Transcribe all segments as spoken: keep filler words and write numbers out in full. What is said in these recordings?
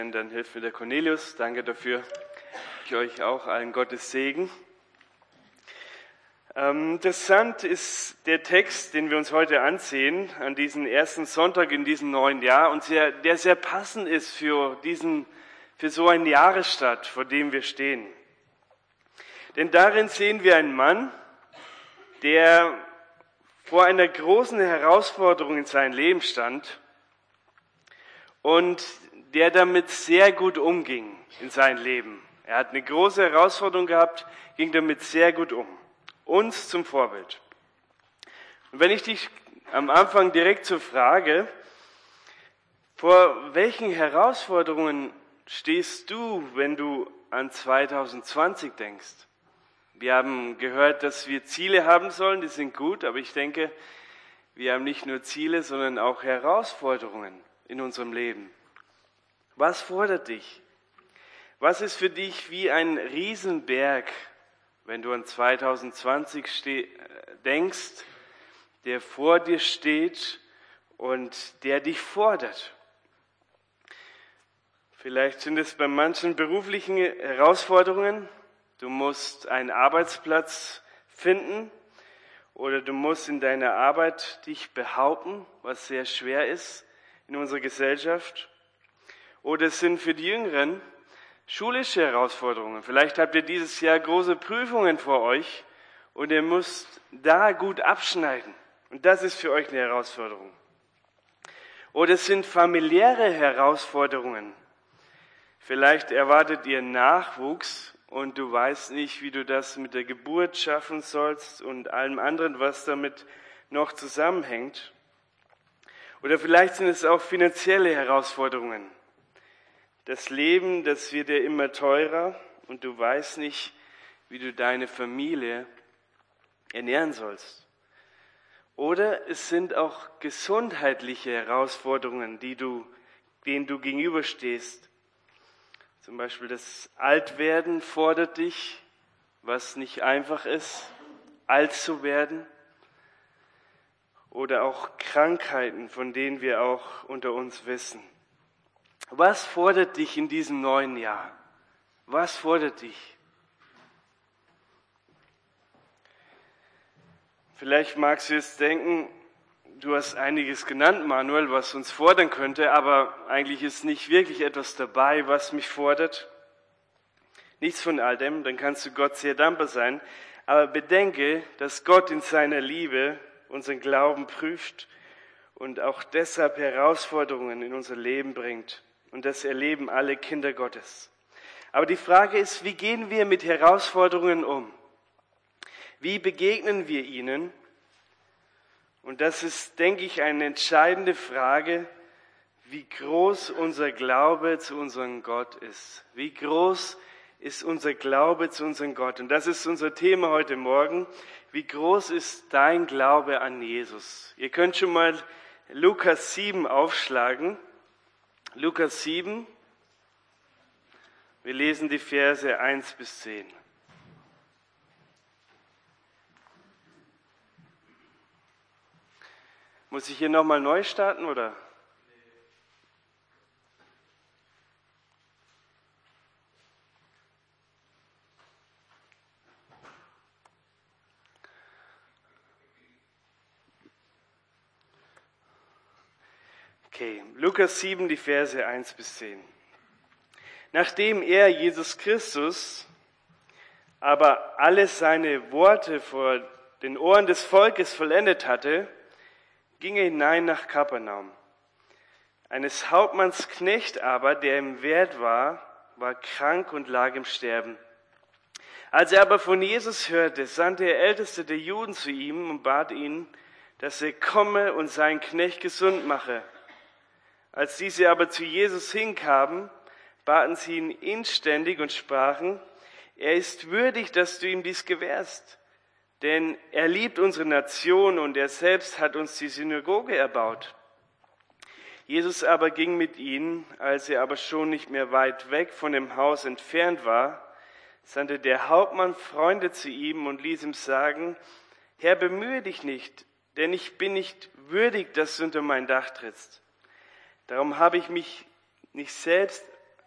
Dann hilft mir der Cornelius. Danke dafür. Ich euch auch allen Gottes Segen. Ähm, interessant ist der Text, den wir uns heute ansehen, an diesem ersten Sonntag in diesem neuen Jahr, und sehr, der sehr passend ist für, diesen, für so einen Jahresstart, vor dem wir stehen. Denn darin sehen wir einen Mann, der vor einer großen Herausforderung in seinem Leben stand und der damit sehr gut umging in seinem Leben. Er hat eine große Herausforderung gehabt, ging damit sehr gut um. Uns zum Vorbild. Und wenn ich dich am Anfang direkt so frage, vor welchen Herausforderungen stehst du, wenn du an zwanzig zwanzig denkst? Wir haben gehört, dass wir Ziele haben sollen, die sind gut, aber ich denke, wir haben nicht nur Ziele, sondern auch Herausforderungen in unserem Leben. Was fordert dich? Was ist für dich wie ein Riesenberg, wenn du an zwanzig zwanzig ste- denkst, der vor dir steht und der dich fordert? Vielleicht sind es bei manchen beruflichen Herausforderungen. Du musst einen Arbeitsplatz finden oder du musst in deiner Arbeit dich behaupten, was sehr schwer ist in unserer Gesellschaft. Oder es sind für die Jüngeren schulische Herausforderungen. Vielleicht habt ihr dieses Jahr große Prüfungen vor euch und ihr müsst da gut abschneiden. Und das ist für euch eine Herausforderung. Oder es sind familiäre Herausforderungen. Vielleicht erwartet ihr Nachwuchs und du weißt nicht, wie du das mit der Geburt schaffen sollst und allem anderen, was damit noch zusammenhängt. Oder vielleicht sind es auch finanzielle Herausforderungen. Das Leben, das wird dir immer teurer und du weißt nicht, wie du deine Familie ernähren sollst. Oder es sind auch gesundheitliche Herausforderungen, die du, denen du gegenüberstehst. Zum Beispiel das Altwerden fordert dich, was nicht einfach ist, alt zu werden. Oder auch Krankheiten, von denen wir auch unter uns wissen. Was fordert dich in diesem neuen Jahr? Was fordert dich? Vielleicht magst du jetzt denken, du hast einiges genannt, Manuel, was uns fordern könnte, aber eigentlich ist nicht wirklich etwas dabei, was mich fordert. Nichts von all dem, dann kannst du Gott sehr dankbar sein. Aber bedenke, dass Gott in seiner Liebe unseren Glauben prüft und auch deshalb Herausforderungen in unser Leben bringt. Und das erleben alle Kinder Gottes. Aber die Frage ist, wie gehen wir mit Herausforderungen um? Wie begegnen wir ihnen? Und das ist, denke ich, eine entscheidende Frage, wie groß unser Glaube zu unserem Gott ist. Wie groß ist unser Glaube zu unserem Gott? Und das ist unser Thema heute Morgen. Wie groß ist dein Glaube an Jesus? Ihr könnt schon mal Lukas sieben aufschlagen. Lukas sieben, wir lesen die Verse eins bis zehn. Muss ich hier nochmal neu starten, oder? Okay, Lukas sieben, die Verse eins bis zehn. Nachdem er, Jesus Christus, aber alle seine Worte vor den Ohren des Volkes vollendet hatte, ging er hinein nach Kapernaum. Eines Hauptmanns Knecht aber, der ihm wert war, war krank und lag im Sterben. Als er aber von Jesus hörte, sandte der Älteste der Juden zu ihm und bat ihn, dass er komme und seinen Knecht gesund mache. Als diese aber zu Jesus hinkamen, baten sie ihn inständig und sprachen, er ist würdig, dass du ihm dies gewährst. Denn er liebt unsere Nation und er selbst hat uns die Synagoge erbaut. Jesus aber ging mit ihnen, als er aber schon nicht mehr weit weg von dem Haus entfernt war, sandte der Hauptmann Freunde zu ihm und ließ ihm sagen, Herr, bemühe dich nicht, denn ich bin nicht würdig, dass du unter mein Dach trittst. Darum habe ich mich nicht selbst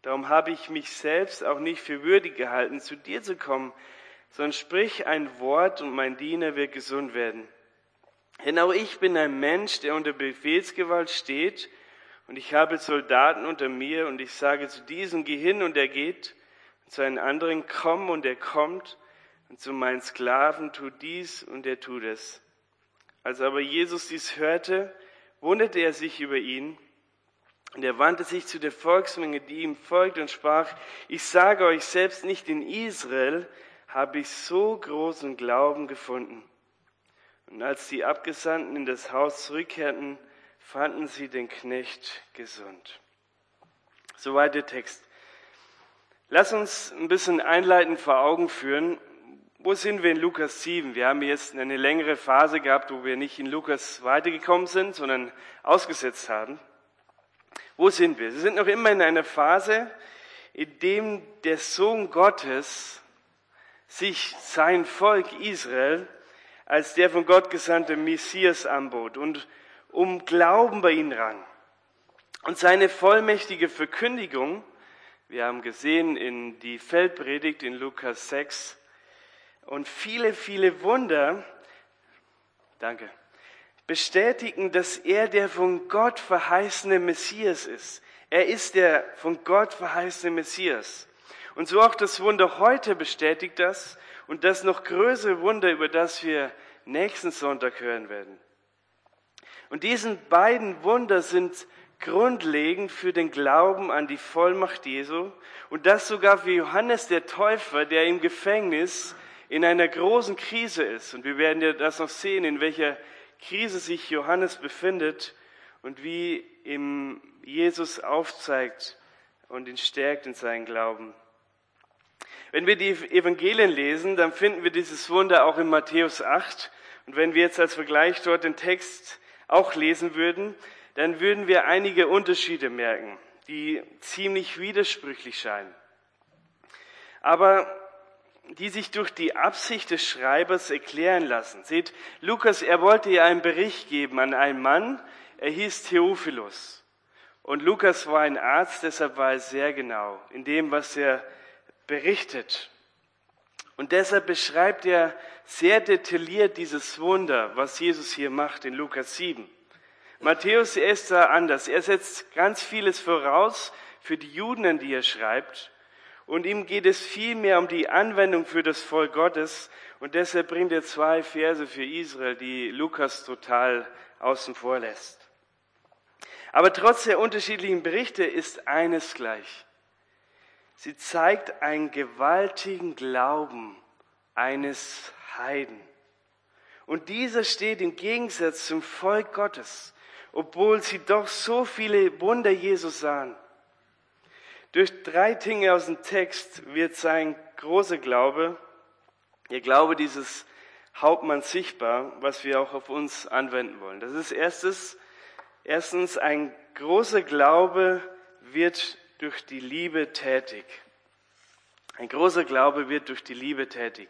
Darum habe ich mich selbst auch nicht für würdig gehalten, zu dir zu kommen, sondern sprich ein Wort und mein Diener wird gesund werden. Denn auch ich bin ein Mensch, der unter Befehlsgewalt steht, und ich habe Soldaten unter mir, und ich sage zu diesem, geh hin, und er geht, und zu einem anderen, komm, und er kommt, und zu meinen Sklaven, tu dies, und er tut es. Als aber Jesus dies hörte, wunderte er sich über ihn, und er wandte sich zu der Volksmenge, die ihm folgte, und sprach, ich sage euch, selbst nicht in Israel habe ich so großen Glauben gefunden. Und als die Abgesandten in das Haus zurückkehrten, fanden sie den Knecht gesund. Soweit der Text. Lass uns ein bisschen einleitend vor Augen führen, wo sind wir in Lukas sieben? Wir haben jetzt eine längere Phase gehabt, wo wir nicht in Lukas weitergekommen sind, sondern ausgesetzt haben. Wo sind wir? Wir sind noch immer in einer Phase, in dem der Sohn Gottes sich sein Volk Israel als der von Gott gesandte Messias anbot und um Glauben bei ihnen rang. Und seine vollmächtige Verkündigung, wir haben gesehen in die Feldpredigt in Lukas sechs, und viele, viele Wunder, danke, bestätigen, dass er der von Gott verheißene Messias ist. Er ist der von Gott verheißene Messias. Und so auch das Wunder heute bestätigt das und das noch größere Wunder, über das wir nächsten Sonntag hören werden. Und diese beiden Wunder sind grundlegend für den Glauben an die Vollmacht Jesu und das sogar für Johannes der Täufer, der im Gefängnis in einer großen Krise ist. Und wir werden ja das noch sehen, in welcher Krise sich Johannes befindet und wie ihm Jesus aufzeigt und ihn stärkt in seinen Glauben. Wenn wir die Evangelien lesen, dann finden wir dieses Wunder auch in Matthäus acht. Und wenn wir jetzt als Vergleich dort den Text auch lesen würden, dann würden wir einige Unterschiede merken, die ziemlich widersprüchlich scheinen. Aber die sich durch die Absicht des Schreibers erklären lassen. Seht, Lukas, er wollte ja einen Bericht geben an einen Mann, er hieß Theophilus. Und Lukas war ein Arzt, deshalb war er sehr genau in dem, was er berichtet. Und deshalb beschreibt er sehr detailliert dieses Wunder, was Jesus hier macht in Lukas sieben. Matthäus, er ist da anders. Er setzt ganz vieles voraus für die Juden, an die er schreibt. Und ihm geht es vielmehr um die Anwendung für das Volk Gottes. Und deshalb bringt er zwei Verse für Israel, die Lukas total außen vor lässt. Aber trotz der unterschiedlichen Berichte ist eines gleich. Sie zeigt einen gewaltigen Glauben eines Heiden. Und dieser steht im Gegensatz zum Volk Gottes, obwohl sie doch so viele Wunder Jesus sahen. Durch drei Dinge aus dem Text wird sein großer Glaube, der Glaube dieses Hauptmanns sichtbar, was wir auch auf uns anwenden wollen. Das ist erstes, erstens, ein großer Glaube wird durch die Liebe tätig. Ein großer Glaube wird durch die Liebe tätig.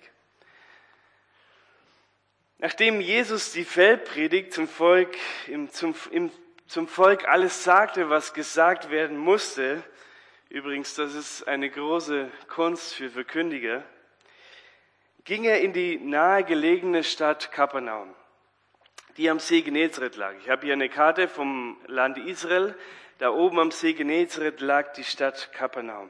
Nachdem Jesus die Feldpredigt zum Volk, im, zum, im, zum Volk alles sagte, was gesagt werden musste, übrigens, das ist eine große Kunst für Verkündiger, ging er in die nahegelegene Stadt Kapernaum, die am See Genezareth lag. Ich habe hier eine Karte vom Land Israel. Da oben am See Genezareth lag die Stadt Kapernaum.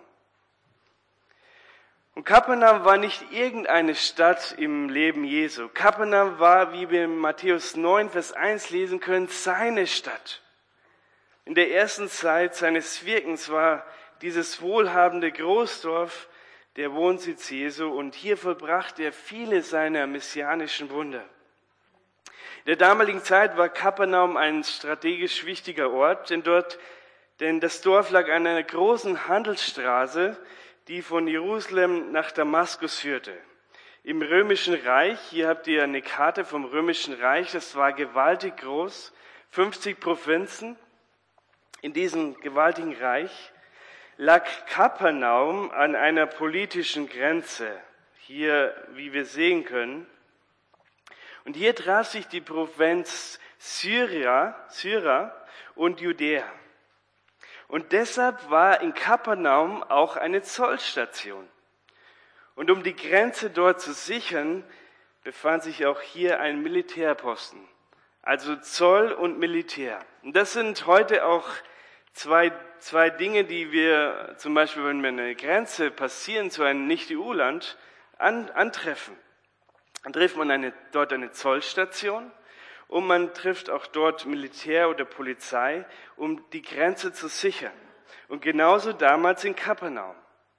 Und Kapernaum war nicht irgendeine Stadt im Leben Jesu. Kapernaum war, wie wir in Matthäus neun, Vers eins lesen können, seine Stadt. In der ersten Zeit seines Wirkens war dieses wohlhabende Großdorf der Wohnsitz Jesu und hier vollbrachte er viele seiner messianischen Wunder. In der damaligen Zeit war Kapernaum ein strategisch wichtiger Ort, denn dort, denn das Dorf lag an einer großen Handelsstraße, die von Jerusalem nach Damaskus führte. Im Römischen Reich, hier habt ihr eine Karte vom Römischen Reich, das war gewaltig groß, fünfzig Provinzen. In diesem gewaltigen Reich lag Kapernaum an einer politischen Grenze, hier, wie wir sehen können. Und hier traf sich die Provinz Syria, Syria und Judäa. Und deshalb war in Kapernaum auch eine Zollstation. Und um die Grenze dort zu sichern, befand sich auch hier ein Militärposten. Also Zoll und Militär. Und das sind heute auch zwei, zwei Dinge, die wir zum Beispiel, wenn wir eine Grenze passieren zu einem Nicht-E U-Land, an, antreffen. Dann trifft man eine, dort eine Zollstation und man trifft auch dort Militär oder Polizei, um die Grenze zu sichern. Und genauso damals in Kapernaum.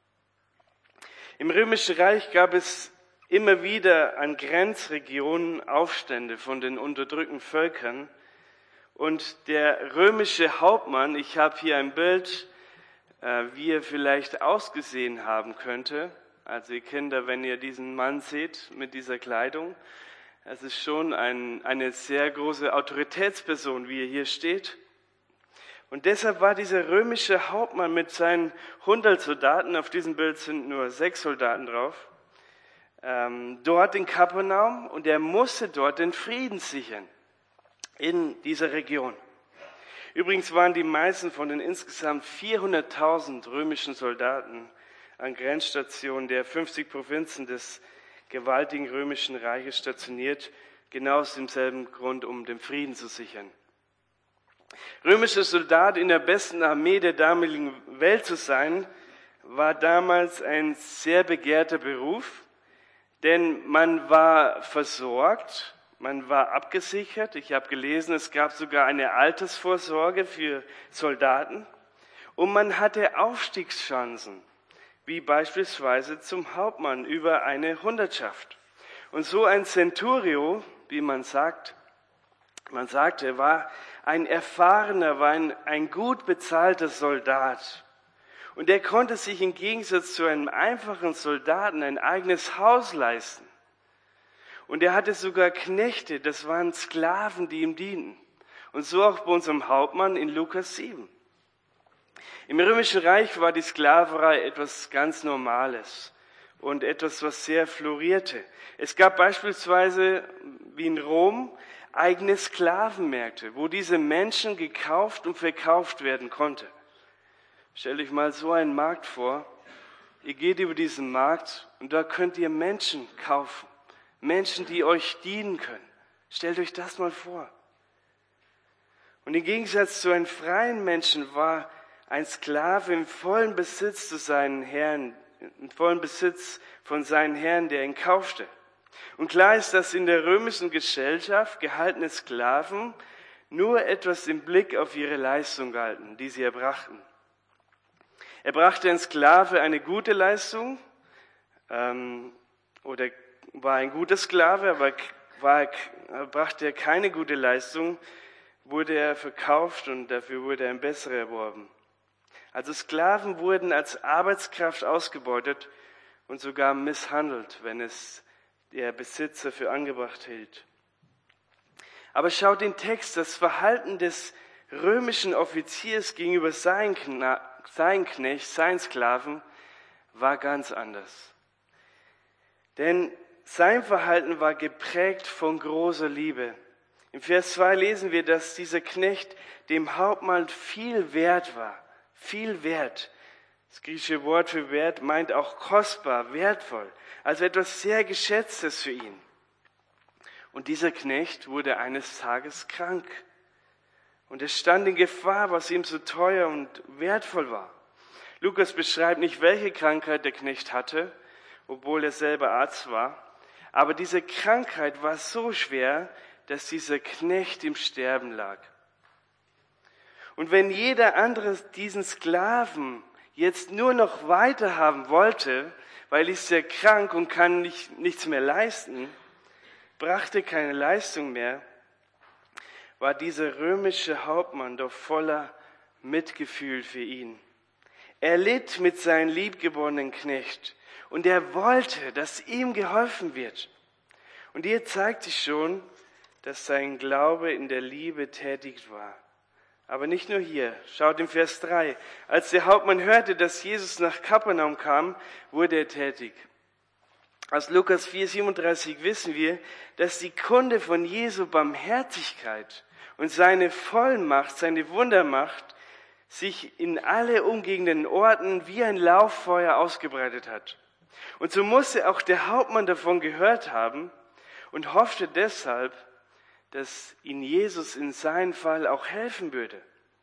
Im Römischen Reich gab es immer wieder an Grenzregionen Aufstände von den unterdrückten Völkern. Und der römische Hauptmann, ich habe hier ein Bild, äh, wie er vielleicht ausgesehen haben könnte. Also ihr Kinder, wenn ihr diesen Mann seht mit dieser Kleidung, es ist schon ein, eine sehr große Autoritätsperson, wie er hier steht. Und deshalb war dieser römische Hauptmann mit seinen hundert Soldaten, auf diesem Bild sind nur sechs Soldaten drauf, ähm, dort in Kapernaum, und er musste dort den Frieden sichern in dieser Region. Übrigens waren die meisten von den insgesamt vierhunderttausend römischen Soldaten an Grenzstationen der fünfzig Provinzen des gewaltigen römischen Reiches stationiert, genau aus demselben Grund, um den Frieden zu sichern. Römischer Soldat in der besten Armee der damaligen Welt zu sein, war damals ein sehr begehrter Beruf, denn man war versorgt, man war abgesichert. Ich habe gelesen, es gab sogar eine Altersvorsorge für Soldaten und man hatte Aufstiegschancen, wie beispielsweise zum Hauptmann über eine Hundertschaft. Und so ein Centurio, wie man sagt, man sagte, war ein erfahrener, war ein, ein gut bezahlter Soldat. Und er konnte sich im Gegensatz zu einem einfachen Soldaten ein eigenes Haus leisten. Und er hatte sogar Knechte, das waren Sklaven, die ihm dienten. Und so auch bei unserem Hauptmann in Lukas sieben. Im Römischen Reich war die Sklaverei etwas ganz Normales und etwas, was sehr florierte. Es gab beispielsweise, wie in Rom, eigene Sklavenmärkte, wo diese Menschen gekauft und verkauft werden konnten. Stellt euch mal so einen Markt vor. Ihr geht über diesen Markt und da könnt ihr Menschen kaufen. Menschen, die euch dienen können. Stellt euch das mal vor. Und im Gegensatz zu einem freien Menschen war ein Sklave im vollen Besitz zu seinen Herren, im vollen Besitz von seinen Herren, der ihn kaufte. Und klar ist, dass in der römischen Gesellschaft gehaltene Sklaven nur etwas im Blick auf ihre Leistung galten, die sie erbrachten. Erbrachte ein Sklave eine gute Leistung ähm, oder war ein guter Sklave, aber war, brachte er keine gute Leistung, wurde er verkauft und dafür wurde er ein besserer erworben. Also Sklaven wurden als Arbeitskraft ausgebeutet und sogar misshandelt, wenn es der Besitzer für angebracht hielt. Aber schaut den Text, das Verhalten des römischen Offiziers gegenüber seinem Knecht, seinen Sklaven, war ganz anders. Denn sein Verhalten war geprägt von großer Liebe. Im Vers zwei lesen wir, dass dieser Knecht dem Hauptmann viel wert war. Viel wert. Das griechische Wort für wert meint auch kostbar, wertvoll. Also etwas sehr Geschätztes für ihn. Und dieser Knecht wurde eines Tages krank. Und er stand in Gefahr, was ihm so teuer und wertvoll war. Lukas beschreibt nicht, welche Krankheit der Knecht hatte, obwohl er selber Arzt war. Aber diese Krankheit war so schwer, dass dieser Knecht im Sterben lag. Und wenn jeder andere diesen Sklaven jetzt nur noch weiter haben wollte, weil ist er krank und kann nicht, nichts mehr leisten, brachte keine Leistung mehr, war dieser römische Hauptmann doch voller Mitgefühl für ihn. Er litt mit seinem liebgeborenen Knecht und er wollte, dass ihm geholfen wird. Und hier zeigt sich schon, dass sein Glaube in der Liebe tätig war. Aber nicht nur hier. Schaut im Vers drei. Als der Hauptmann hörte, dass Jesus nach Kapernaum kam, wurde er tätig. Aus Lukas vier siebenunddreißig wissen wir, dass die Kunde von Jesu Barmherzigkeit und seine Vollmacht, seine Wundermacht sich in alle umliegenden Orten wie ein Lauffeuer ausgebreitet hat. Und so musste auch der Hauptmann davon gehört haben und hoffte deshalb, dass ihn Jesus in seinem Fall auch helfen würde.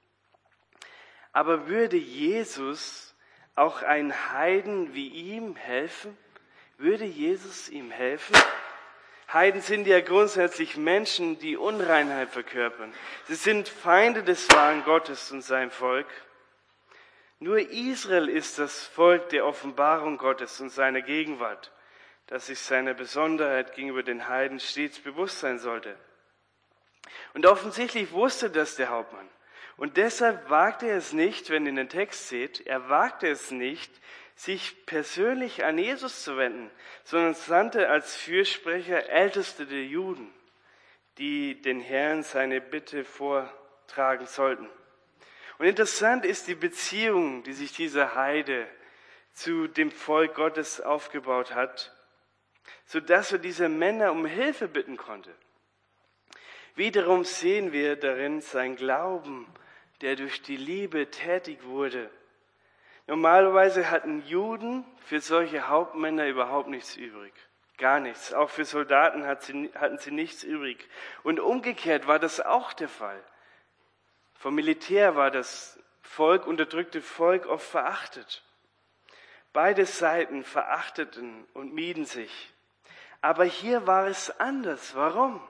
Aber würde Jesus auch einen Heiden wie ihm helfen? Würde Jesus ihm helfen? Heiden sind ja grundsätzlich Menschen, die Unreinheit verkörpern. Sie sind Feinde des wahren Gottes und seinem Volk. Nur Israel ist das Volk der Offenbarung Gottes und seiner Gegenwart, das sich seiner Besonderheit gegenüber den Heiden stets bewusst sein sollte. Und offensichtlich wusste das der Hauptmann. Und deshalb wagte er es nicht, wenn ihr den Text seht, er wagte es nicht, sich persönlich an Jesus zu wenden, sondern sandte als Fürsprecher Älteste der Juden, die den Herrn seine Bitte vortragen sollten. Und interessant ist die Beziehung, die sich dieser Heide zu dem Volk Gottes aufgebaut hat, sodass er diese Männer um Hilfe bitten konnte. Wiederum sehen wir darin sein Glauben, der durch die Liebe tätig wurde. Normalerweise hatten Juden für solche Hauptmänner überhaupt nichts übrig. Gar nichts. Auch für Soldaten hatten sie nichts übrig. Und umgekehrt war das auch der Fall. Vom Militär war das Volk, unterdrückte Volk oft verachtet. Beide Seiten verachteten und mieden sich. Aber hier war es anders. Warum?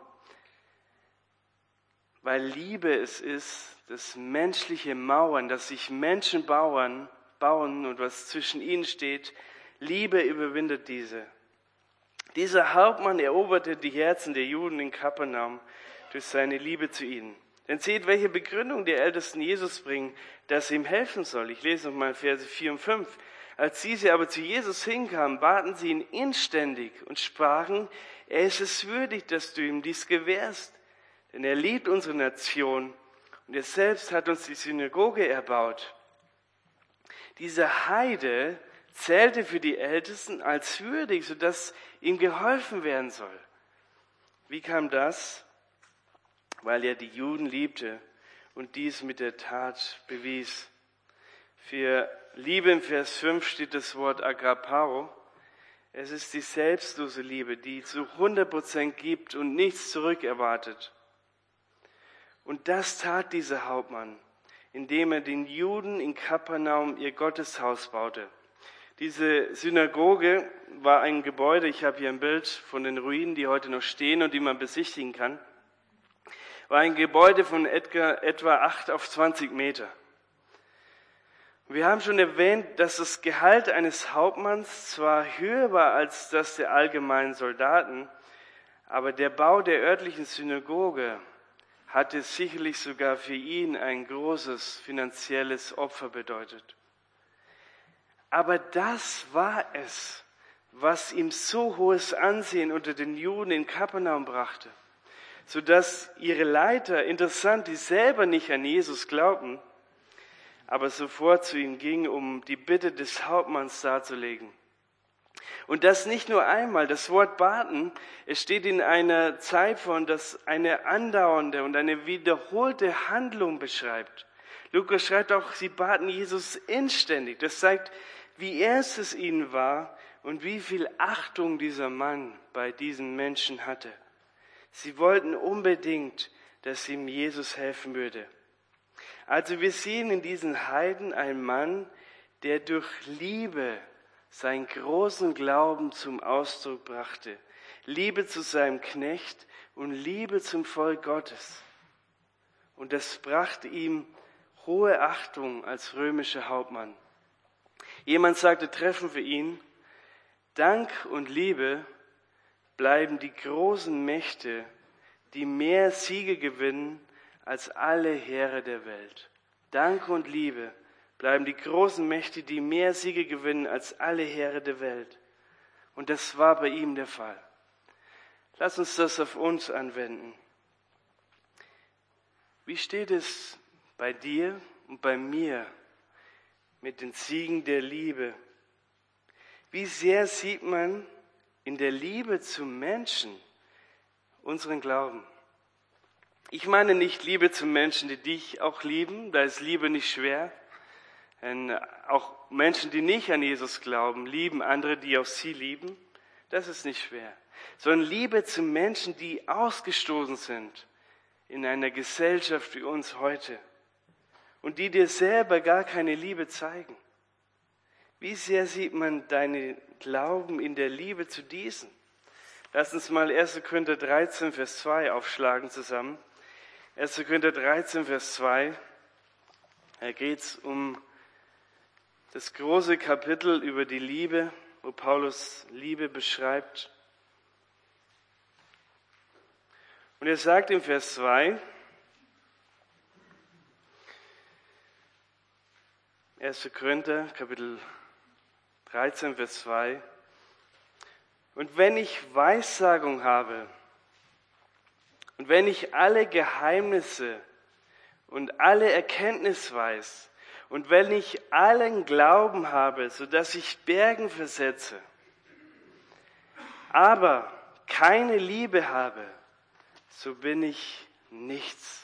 Weil Liebe es ist, das menschliche Mauern, dass sich Menschen bauen, bauen und was zwischen ihnen steht, Liebe überwindet diese. Dieser Hauptmann eroberte die Herzen der Juden in Kapernaum durch seine Liebe zu ihnen. Denn seht, welche Begründung die Ältesten Jesus bringen, dass er ihm helfen soll. Ich lese nochmal Verse vier und fünf. Als diese aber zu Jesus hinkamen, baten sie ihn inständig und sprachen, er ist es würdig, dass du ihm dies gewährst. Denn er liebt unsere Nation und er selbst hat uns die Synagoge erbaut. Dieser Heide zählte für die Ältesten als würdig, sodass ihm geholfen werden soll. Wie kam das? Weil er die Juden liebte und dies mit der Tat bewies. Für Liebe im Vers fünf steht das Wort agapao. Es ist die selbstlose Liebe, die zu hundert Prozent gibt und nichts zurückerwartet. Und das tat dieser Hauptmann, indem er den Juden in Kapernaum ihr Gotteshaus baute. Diese Synagoge war ein Gebäude, ich habe hier ein Bild von den Ruinen, die heute noch stehen und die man besichtigen kann, war ein Gebäude von etwa acht auf zwanzig Meter. Wir haben schon erwähnt, dass das Gehalt eines Hauptmanns zwar höher war als das der allgemeinen Soldaten, aber der Bau der örtlichen Synagoge hatte sicherlich sogar für ihn ein großes finanzielles Opfer bedeutet. Aber das war es, was ihm so hohes Ansehen unter den Juden in Kapernaum brachte, sodass ihre Leiter, interessant, die selber nicht an Jesus glaubten, aber sofort zu ihm gingen, um die Bitte des Hauptmanns darzulegen. Und das nicht nur einmal. Das Wort baten, es steht in einer Zeit von, das eine andauernde und eine wiederholte Handlung beschreibt. Lukas schreibt auch, sie baten Jesus inständig. Das zeigt, wie ernst es ihnen war und wie viel Achtung dieser Mann bei diesen Menschen hatte. Sie wollten unbedingt, dass ihm Jesus helfen würde. Also wir sehen in diesen Heiden einen Mann, der durch Liebe seinen großen Glauben zum Ausdruck brachte. Liebe zu seinem Knecht und Liebe zum Volk Gottes. Und das brachte ihm hohe Achtung als römischer Hauptmann. Jemand sagte treffend für ihn, Dank und Liebe bleiben die großen Mächte, die mehr Siege gewinnen als alle Heere der Welt. Dank und Liebe bleiben die großen Mächte, die mehr Siege gewinnen als alle Heere der Welt. Und das war bei ihm der Fall. Lass uns das auf uns anwenden. Wie steht es bei dir und bei mir mit den Siegen der Liebe? Wie sehr sieht man in der Liebe zum Menschen unseren Glauben? Ich meine nicht Liebe zu Menschen, die dich auch lieben, da ist Liebe nicht schwer. Denn auch Menschen, die nicht an Jesus glauben, lieben andere, die auch sie lieben. Das ist nicht schwer. Sondern Liebe zu Menschen, die ausgestoßen sind in einer Gesellschaft wie uns heute und die dir selber gar keine Liebe zeigen. Wie sehr sieht man deinen Glauben in der Liebe zu diesen? Lass uns mal erster Korinther dreizehn, Vers zwei aufschlagen zusammen. erster Korinther dreizehn, Vers zwei. Da geht es um das große Kapitel über die Liebe, wo Paulus Liebe beschreibt. Und er sagt im Vers zwei, erster Korinther, Kapitel dreizehn, Vers zwei, und wenn ich Weissagung habe und wenn ich alle Geheimnisse und alle Erkenntnis weiß und wenn ich allen Glauben habe, sodass ich Bergen versetze, aber keine Liebe habe, so bin ich nichts.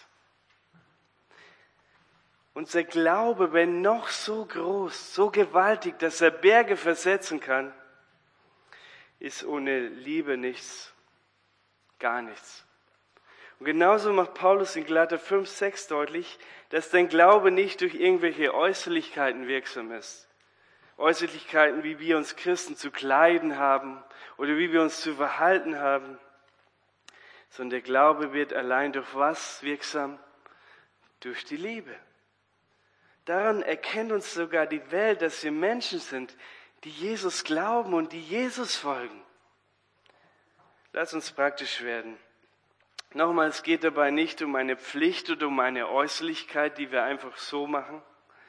Unser Glaube, wenn noch so groß, so gewaltig, dass er Berge versetzen kann, ist ohne Liebe nichts, gar nichts. Und genauso macht Paulus in Galater fünf, sechs deutlich, dass dein Glaube nicht durch irgendwelche Äußerlichkeiten wirksam ist. Äußerlichkeiten, wie wir uns Christen zu kleiden haben oder wie wir uns zu verhalten haben, sondern der Glaube wird allein durch was wirksam? Durch die Liebe. Daran erkennt uns sogar die Welt, dass wir Menschen sind, die Jesus glauben und die Jesus folgen. Lass uns praktisch werden. Nochmal, es geht dabei nicht um eine Pflicht oder um eine Äußerlichkeit, die wir einfach so machen.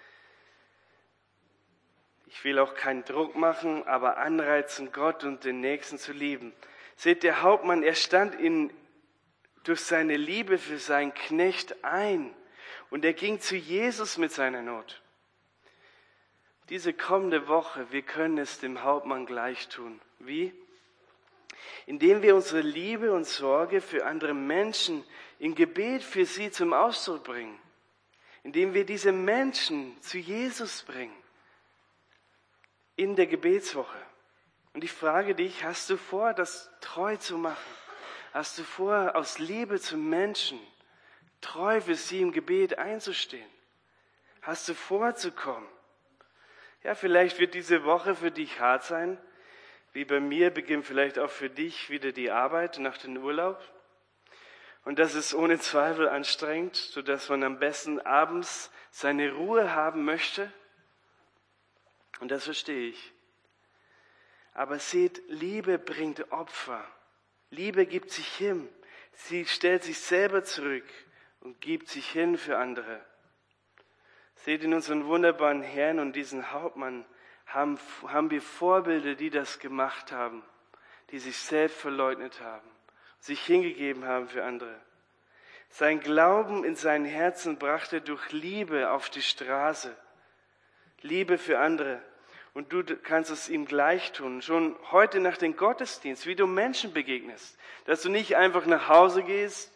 Ich will auch keinen Druck machen, aber anreizen, Gott und den Nächsten zu lieben. Seht, der Hauptmann, er stand in, durch seine Liebe für seinen Knecht ein. Und er ging zu Jesus mit seiner Not. Diese kommende Woche, wir können es dem Hauptmann gleich tun. Wie? Indem wir unsere Liebe und Sorge für andere Menschen im Gebet für sie zum Ausdruck bringen. Indem wir diese Menschen zu Jesus bringen. In der Gebetswoche. Und ich frage dich, hast du vor, das treu zu machen? Hast du vor, aus Liebe zum Menschen treu für sie im Gebet einzustehen? Hast du vorzukommen? Ja, vielleicht wird diese Woche für dich hart sein. Wie bei mir beginnt vielleicht auch für dich wieder die Arbeit nach dem Urlaub. Und das ist ohne Zweifel anstrengend, sodass man am besten abends seine Ruhe haben möchte. Und das verstehe ich. Aber seht, Liebe bringt Opfer. Liebe gibt sich hin. Sie stellt sich selber zurück und gibt sich hin für andere. Seht, in unseren wunderbaren Herrn und diesen Hauptmann haben, haben wir Vorbilder, die das gemacht haben, die sich selbst verleugnet haben, sich hingegeben haben für andere. Sein Glauben in sein Herzen brachte er durch Liebe auf die Straße. Liebe für andere. Und du kannst es ihm gleich tun. Schon heute nach dem Gottesdienst, wie du Menschen begegnest. Dass du nicht einfach nach Hause gehst,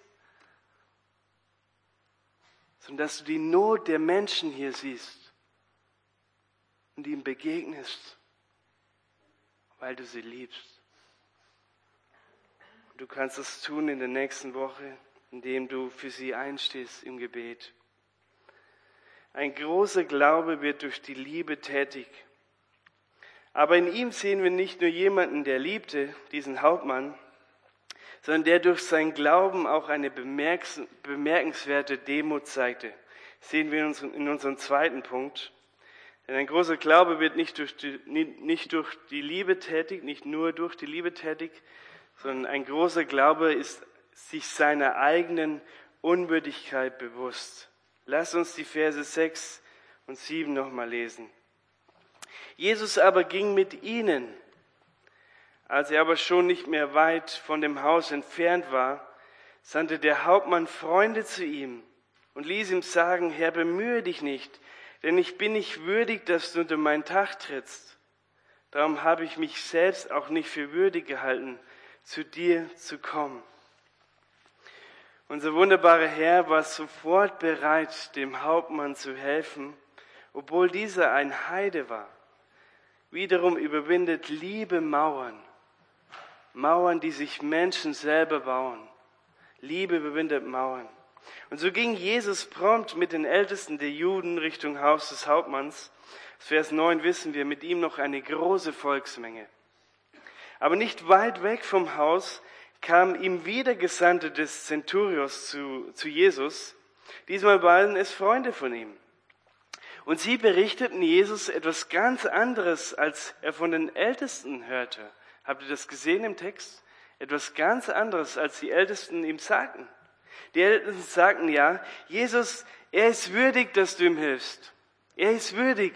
sondern dass du die Not der Menschen hier siehst und ihm begegnest, weil du sie liebst. Und du kannst es tun in der nächsten Woche, indem du für sie einstehst im Gebet. Ein großer Glaube wird durch die Liebe tätig. Aber in ihm sehen wir nicht nur jemanden, der liebte, diesen Hauptmann, sondern der durch seinen Glauben auch eine bemerkenswerte Demut zeigte. Sehen wir in unserem zweiten Punkt. Denn ein großer Glaube wird nicht durch die, nicht durch die Liebe tätig, nicht nur durch die Liebe tätig, sondern ein großer Glaube ist sich seiner eigenen Unwürdigkeit bewusst. Lass uns die Verse sechs und sieben nochmal lesen. Jesus aber ging mit ihnen. Als er aber schon nicht mehr weit von dem Haus entfernt war, sandte der Hauptmann Freunde zu ihm und ließ ihm sagen, Herr, bemühe dich nicht, denn ich bin nicht würdig, dass du unter mein Dach trittst. Darum habe ich mich selbst auch nicht für würdig gehalten, zu dir zu kommen. Unser wunderbarer Herr war sofort bereit, dem Hauptmann zu helfen, obwohl dieser ein Heide war. Wiederum überwindet Liebe Mauern. Mauern, die sich Menschen selber bauen. Liebe überwindet Mauern. Und so ging Jesus prompt mit den Ältesten der Juden Richtung Haus des Hauptmanns. Aus Vers neun wissen wir, mit ihm noch eine große Volksmenge. Aber nicht weit weg vom Haus kamen ihm wieder Gesandte des Zenturios zu, zu Jesus. Diesmal waren es Freunde von ihm. Und sie berichteten Jesus etwas ganz anderes, als er von den Ältesten hörte. Habt ihr das gesehen im Text? Etwas ganz anderes, als die Ältesten ihm sagten. Die Ältesten sagten ja, Jesus, er ist würdig, dass du ihm hilfst. Er ist würdig.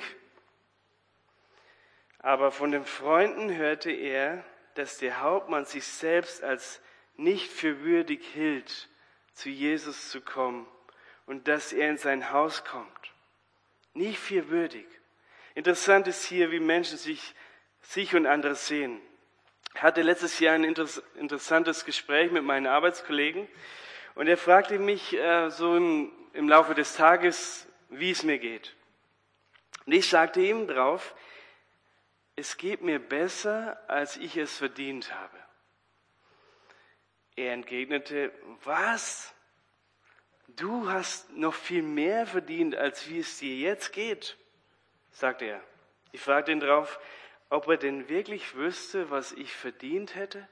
Aber von den Freunden hörte er, dass der Hauptmann sich selbst als nicht für würdig hielt, zu Jesus zu kommen und dass er in sein Haus kommt. Nicht für würdig. Interessant ist hier, wie Menschen sich, sich und andere sehen. Ich hatte letztes Jahr ein interessantes Gespräch mit meinen Arbeitskollegen und er fragte mich äh, so im, im Laufe des Tages, wie es mir geht. Und ich sagte ihm drauf, es geht mir besser, als ich es verdient habe. Er entgegnete, was? Du hast noch viel mehr verdient, als wie es dir jetzt geht, sagte er. Ich fragte ihn drauf, ob er denn wirklich wüsste, was ich verdient hätte.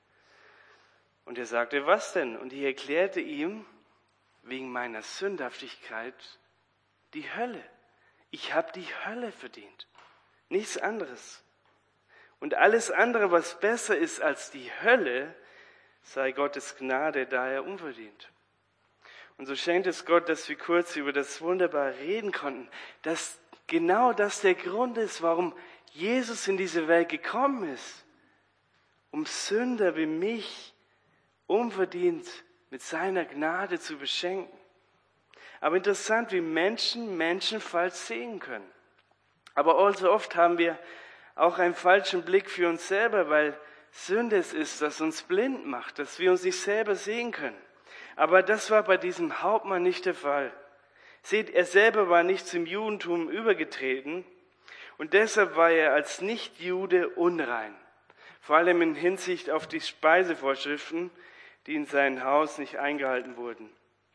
Und er sagte, was denn? Und ich erklärte ihm, wegen meiner Sündhaftigkeit, die Hölle. Ich habe die Hölle verdient. Nichts anderes. Und alles andere, was besser ist als die Hölle, sei Gottes Gnade, da er unverdient. Und so schenkt es Gott, dass wir kurz über das Wunderbare reden konnten, dass genau das der Grund ist, warum Jesus in diese Welt gekommen ist, um Sünder wie mich unverdient mit seiner Gnade zu beschenken. Aber interessant, wie Menschen Menschen falsch sehen können. Aber allzu oft haben wir auch einen falschen Blick für uns selber, weil Sünde es ist, das uns blind macht, dass wir uns nicht selber sehen können. Aber das war bei diesem Hauptmann nicht der Fall. Seht, er selber war nicht zum Judentum übergetreten und deshalb war er als Nicht-Jude unrein. Vor allem in Hinsicht auf die Speisevorschriften, die in seinem Haus nicht eingehalten wurden.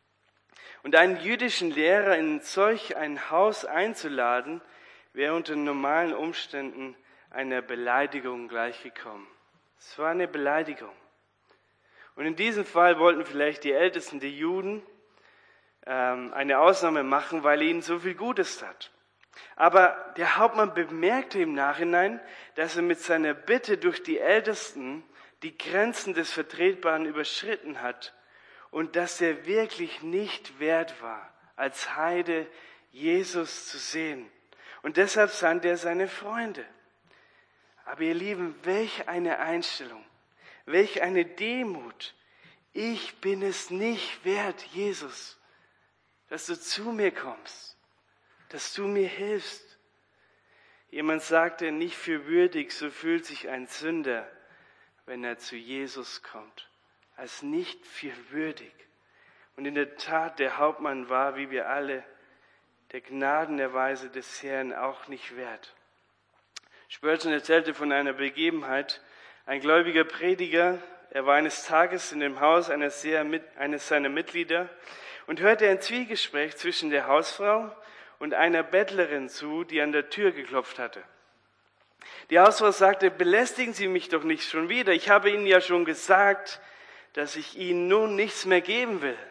Und einen jüdischen Lehrer in solch ein Haus einzuladen, wäre unter normalen Umständen einer Beleidigung gleichgekommen. Es war eine Beleidigung. Und in diesem Fall wollten vielleicht die Ältesten der Juden ähm, eine Ausnahme machen, weil er ihnen so viel Gutes tat. Aber der Hauptmann bemerkte im Nachhinein, dass er mit seiner Bitte durch die Ältesten die Grenzen des Vertretbaren überschritten hat und dass er wirklich nicht wert war, als Heide Jesus zu sehen. Und deshalb sandte er seine Freunde. Aber ihr Lieben, welch eine Einstellung, welch eine Demut. Ich bin es nicht wert, Jesus, dass du zu mir kommst, dass du mir hilfst. Jemand sagte, nicht für würdig, so fühlt sich ein Sünder, wenn er zu Jesus kommt, als nicht für würdig. Und in der Tat, der Hauptmann war, wie wir alle, der Gnadenerweise des Herrn auch nicht wert. Spurgeon erzählte von einer Begebenheit. Ein gläubiger Prediger, er war eines Tages in dem Haus eines, sehr, eines seiner Mitglieder und hörte ein Zwiegespräch zwischen der Hausfrau und einer Bettlerin zu, die an der Tür geklopft hatte. Die Hausfrau sagte, belästigen Sie mich doch nicht schon wieder. Ich habe Ihnen ja schon gesagt, dass ich Ihnen nun nichts mehr geben will.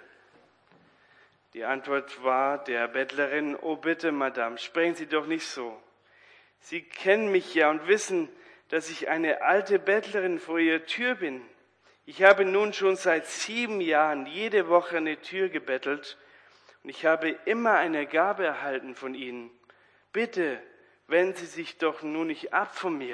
Die Antwort war der Bettlerin, oh bitte, Madame, sprechen Sie doch nicht so. Sie kennen mich ja und wissen, dass ich eine alte Bettlerin vor Ihrer Tür bin. Ich habe nun schon seit sieben Jahren jede Woche an die Tür gebettelt und ich habe immer eine Gabe erhalten von Ihnen. Bitte, wenden Sie sich doch nun nicht ab von mir.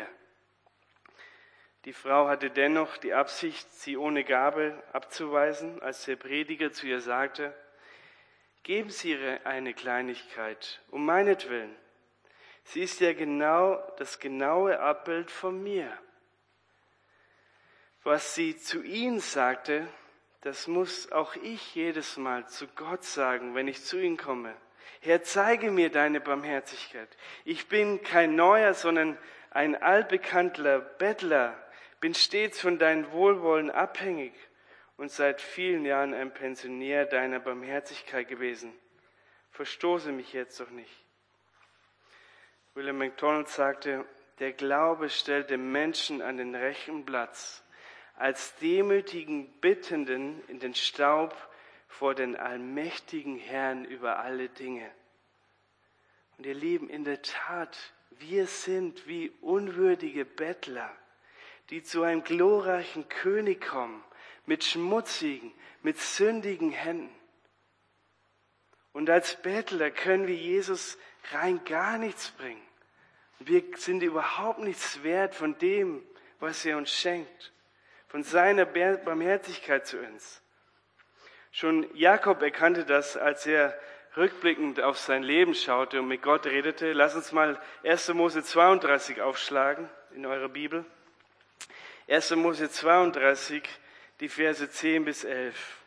Die Frau hatte dennoch die Absicht, sie ohne Gabe abzuweisen, als der Prediger zu ihr sagte, geben Sie ihr eine Kleinigkeit, um meinetwillen. Sie ist ja genau das genaue Abbild von mir. Was sie zu ihnen sagte, das muss auch ich jedes Mal zu Gott sagen, wenn ich zu ihm komme. Herr, zeige mir deine Barmherzigkeit. Ich bin kein neuer, sondern ein altbekannter Bettler, bin stets von deinem Wohlwollen abhängig und seit vielen Jahren ein Pensionär deiner Barmherzigkeit gewesen. Verstoße mich jetzt doch nicht. William MacDonald sagte, der Glaube stellt den Menschen an den rechten Platz, als demütigen Bittenden in den Staub vor den allmächtigen Herrn über alle Dinge. Und ihr Lieben, in der Tat, wir sind wie unwürdige Bettler, die zu einem glorreichen König kommen, mit schmutzigen, mit sündigen Händen. Und als Bettler können wir Jesus rein gar nichts bringen. Wir sind überhaupt nichts wert von dem, was er uns schenkt, von seiner Barmherzigkeit zu uns. Schon Jakob erkannte das, als er rückblickend auf sein Leben schaute und mit Gott redete. Lass uns mal erster Mose zweiunddreißig aufschlagen in eurer Bibel. erster Mose zweiunddreißig, die Verse zehn bis elf.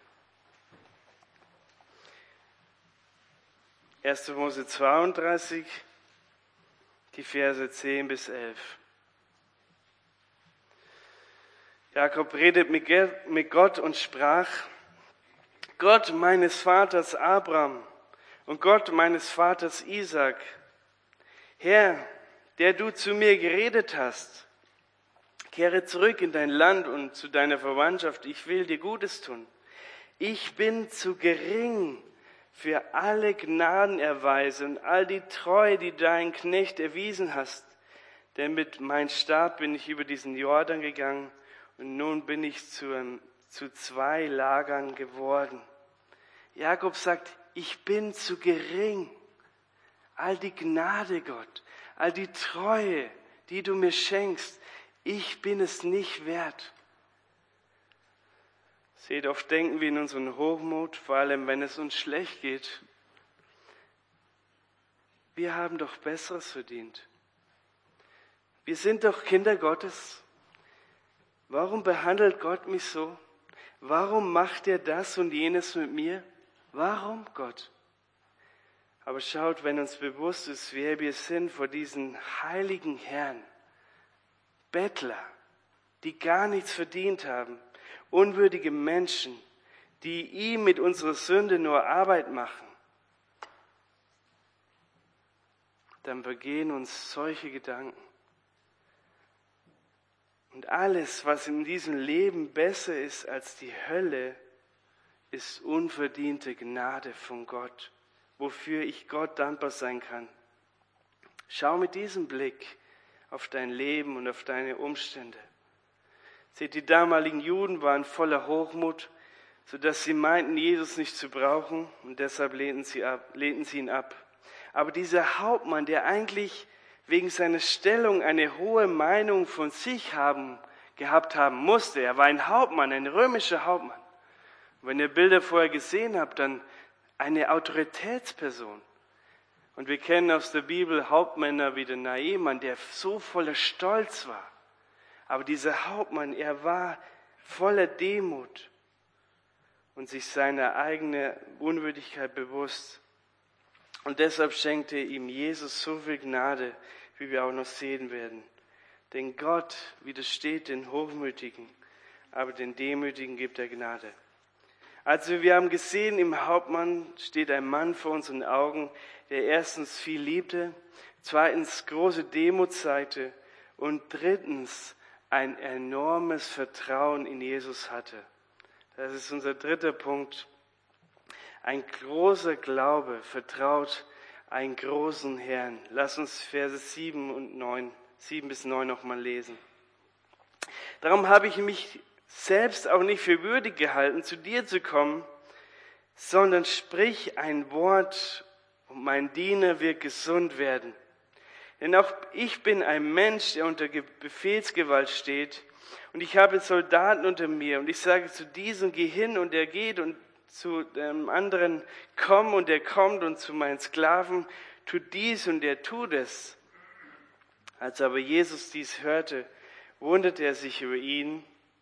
erster Mose zweiunddreißig, die Verse zehn bis elf. Jakob redet mit Gott und sprach, Gott meines Vaters Abraham und Gott meines Vaters Isaak, Herr, der du zu mir geredet hast, kehre zurück in dein Land und zu deiner Verwandtschaft, ich will dir Gutes tun. Ich bin zu gering für alle Gnadenerweise und all die Treue, die dein Knecht erwiesen hast. Denn mit meinem Stab bin ich über diesen Jordan gegangen und nun bin ich zu, zu zwei Lagern geworden. Jakob sagt, ich bin zu gering. All die Gnade, Gott, all die Treue, die du mir schenkst, ich bin es nicht wert. Seht, oft denken wir in unseren Hochmut, vor allem wenn es uns schlecht geht, wir haben doch Besseres verdient. Wir sind doch Kinder Gottes. Warum behandelt Gott mich so? Warum macht er das und jenes mit mir? Warum, Gott? Aber schaut, wenn uns bewusst ist, wer wir sind vor diesen heiligen Herrn, Bettler, die gar nichts verdient haben, unwürdige Menschen, die ihm mit unserer Sünde nur Arbeit machen, dann vergehen uns solche Gedanken. Und alles, was in diesem Leben besser ist als die Hölle, ist unverdiente Gnade von Gott, wofür ich Gott dankbar sein kann. Schau mit diesem Blick auf dein Leben und auf deine Umstände. Seht, die damaligen Juden waren voller Hochmut, sodass sie meinten, Jesus nicht zu brauchen und deshalb lehnten sie, ab, lehnten sie ihn ab. Aber dieser Hauptmann, der eigentlich wegen seiner Stellung eine hohe Meinung von sich haben, gehabt haben musste, er war ein Hauptmann, ein römischer Hauptmann. Und wenn ihr Bilder vorher gesehen habt, dann eine Autoritätsperson. Und wir kennen aus der Bibel Hauptmänner wie den Naaman, der so voller Stolz war. Aber dieser Hauptmann, er war voller Demut und sich seiner eigenen Unwürdigkeit bewusst. Und deshalb schenkte ihm Jesus so viel Gnade, wie wir auch noch sehen werden. Denn Gott widersteht den Hochmütigen, aber den Demütigen gibt er Gnade. Also wir haben gesehen, im Hauptmann steht ein Mann vor unseren Augen, der erstens viel liebte, zweitens große Demut zeigte und drittens ein enormes Vertrauen in Jesus hatte. Das ist unser dritter Punkt. Ein großer Glaube vertraut einen großen Herrn. Lass uns Verse sieben und neun, sieben bis neun nochmal lesen. Darum habe ich mich selbst auch nicht für würdig gehalten, zu dir zu kommen, sondern sprich ein Wort und mein Diener wird gesund werden. Denn auch ich bin ein Mensch, der unter Befehlsgewalt steht und ich habe Soldaten unter mir und ich sage zu diesem, geh hin und er geht und zu dem anderen, komm und er kommt und zu meinen Sklaven, tut dies und er tut es. Als aber Jesus dies hörte, wunderte er sich über ihn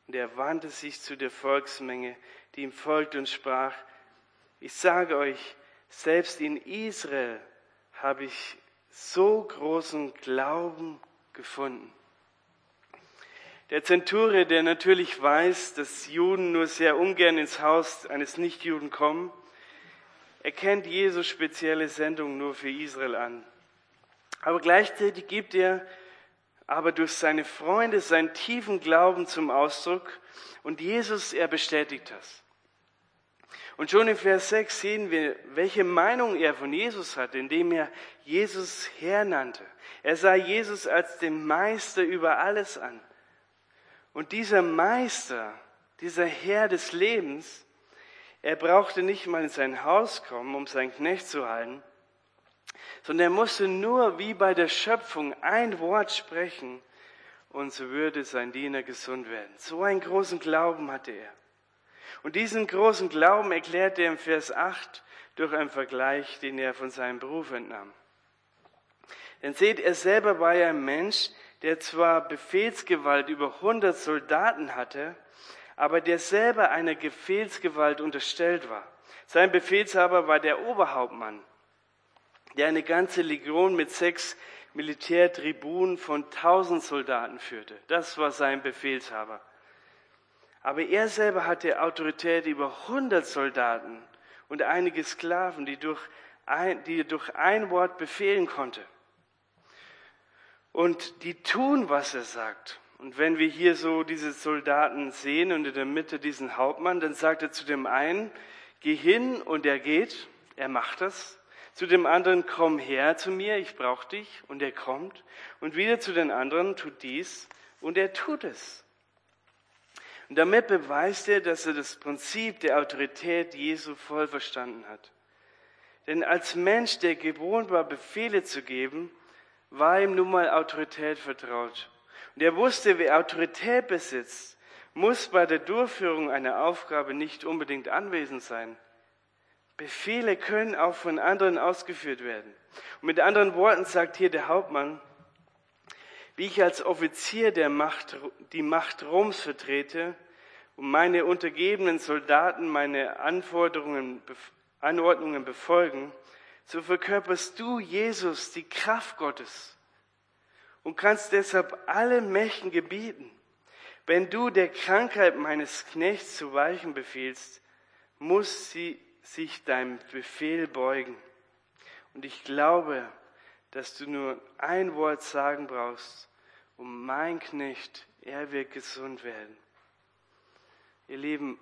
Und er wandte sich zu der Volksmenge, die ihm folgte, und sprach: Ich sage euch, selbst in Israel habe ich so großen Glauben gefunden. Der Zenturier, der natürlich weiß, dass Juden nur sehr ungern ins Haus eines Nichtjuden kommen, erkennt Jesus spezielle Sendung nur für Israel an. Aber gleichzeitig gibt er aber durch seine Freunde seinen tiefen Glauben zum Ausdruck, und Jesus, er bestätigt das. Und schon in Vers sechs sehen wir, welche Meinung er von Jesus hatte, indem er Jesus Herr nannte. Er sah Jesus als den Meister über alles an. Und dieser Meister, dieser Herr des Lebens, er brauchte nicht mal in sein Haus kommen, um seinen Knecht zu halten, sondern er musste nur wie bei der Schöpfung ein Wort sprechen, und so würde sein Diener gesund werden. So einen großen Glauben hatte er. Und diesen großen Glauben erklärt er im Vers acht durch einen Vergleich, den er von seinem Beruf entnahm. Denn seht, er selber war ja ein Mensch, der zwar Befehlsgewalt über hundert Soldaten hatte, aber der selber einer Befehlsgewalt unterstellt war. Sein Befehlshaber war der Oberhauptmann, der eine ganze Legion mit sechs Militärtribunen von tausend Soldaten führte. Das war sein Befehlshaber. Aber er selber hatte Autorität über hundert Soldaten und einige Sklaven, die, durch ein, die er durch ein Wort befehlen konnte. Und die tun, was er sagt. Und wenn wir hier so diese Soldaten sehen und in der Mitte diesen Hauptmann, dann sagt er zu dem einen: Geh hin, und er geht, er macht das. Zu dem anderen: Komm her zu mir, ich brauche dich, und er kommt. Und wieder zu den anderen: Tut dies, und er tut es. Und damit beweist er, dass er das Prinzip der Autorität Jesu voll verstanden hat. Denn als Mensch, der gewohnt war, Befehle zu geben, war ihm nun mal Autorität vertraut. Und er wusste, wer Autorität besitzt, muss bei der Durchführung einer Aufgabe nicht unbedingt anwesend sein. Befehle können auch von anderen ausgeführt werden. Und mit anderen Worten sagt hier der Hauptmann: Wie ich als Offizier der Macht, die Macht Roms vertrete und meine untergebenen Soldaten meine Anforderungen, Anordnungen befolgen, so verkörperst du, Jesus, die Kraft Gottes und kannst deshalb allen Mächten gebieten. Wenn du der Krankheit meines Knechts zu weichen befiehlst, muss sie sich deinem Befehl beugen. Und ich glaube, dass du nur ein Wort sagen brauchst, und mein Knecht, er wird gesund werden. Ihr Lieben,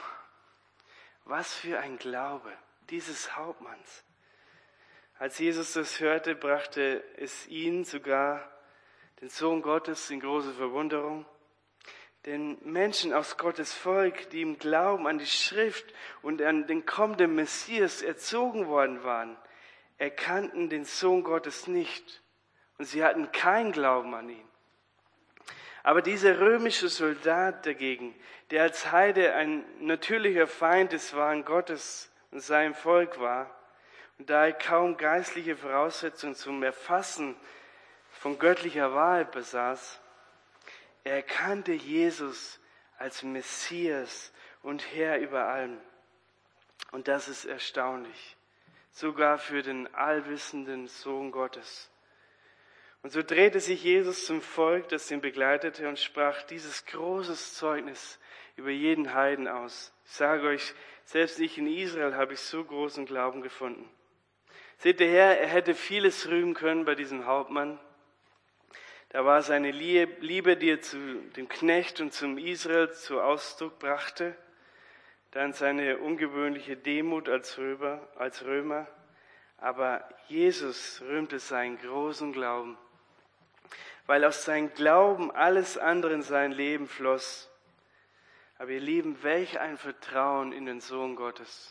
was für ein Glaube dieses Hauptmanns. Als Jesus das hörte, brachte es ihn, sogar den Sohn Gottes, in große Verwunderung. Denn Menschen aus Gottes Volk, die im Glauben an die Schrift und an den kommenden Messias erzogen worden waren, erkannten den Sohn Gottes nicht. Und sie hatten keinen Glauben an ihn. Aber dieser römische Soldat dagegen, der als Heide ein natürlicher Feind des wahren Gottes und seinem Volk war, und da er kaum geistliche Voraussetzungen zum Erfassen von göttlicher Wahrheit besaß, er erkannte Jesus als Messias und Herr über allem. Und das ist erstaunlich, sogar für den allwissenden Sohn Gottes. Und so drehte sich Jesus zum Volk, das ihn begleitete, und sprach dieses großes Zeugnis über jeden Heiden aus. Ich sage euch, selbst ich in Israel habe ich so großen Glauben gefunden. Seht ihr her, er hätte vieles rühmen können bei diesem Hauptmann. Da war seine Liebe, die er zu dem Knecht und zum Israel zu Ausdruck brachte. Dann seine ungewöhnliche Demut als Römer, als Römer. Aber Jesus rühmte seinen großen Glauben, weil aus seinem Glauben alles andere in sein Leben floss. Aber ihr Lieben, welch ein Vertrauen in den Sohn Gottes.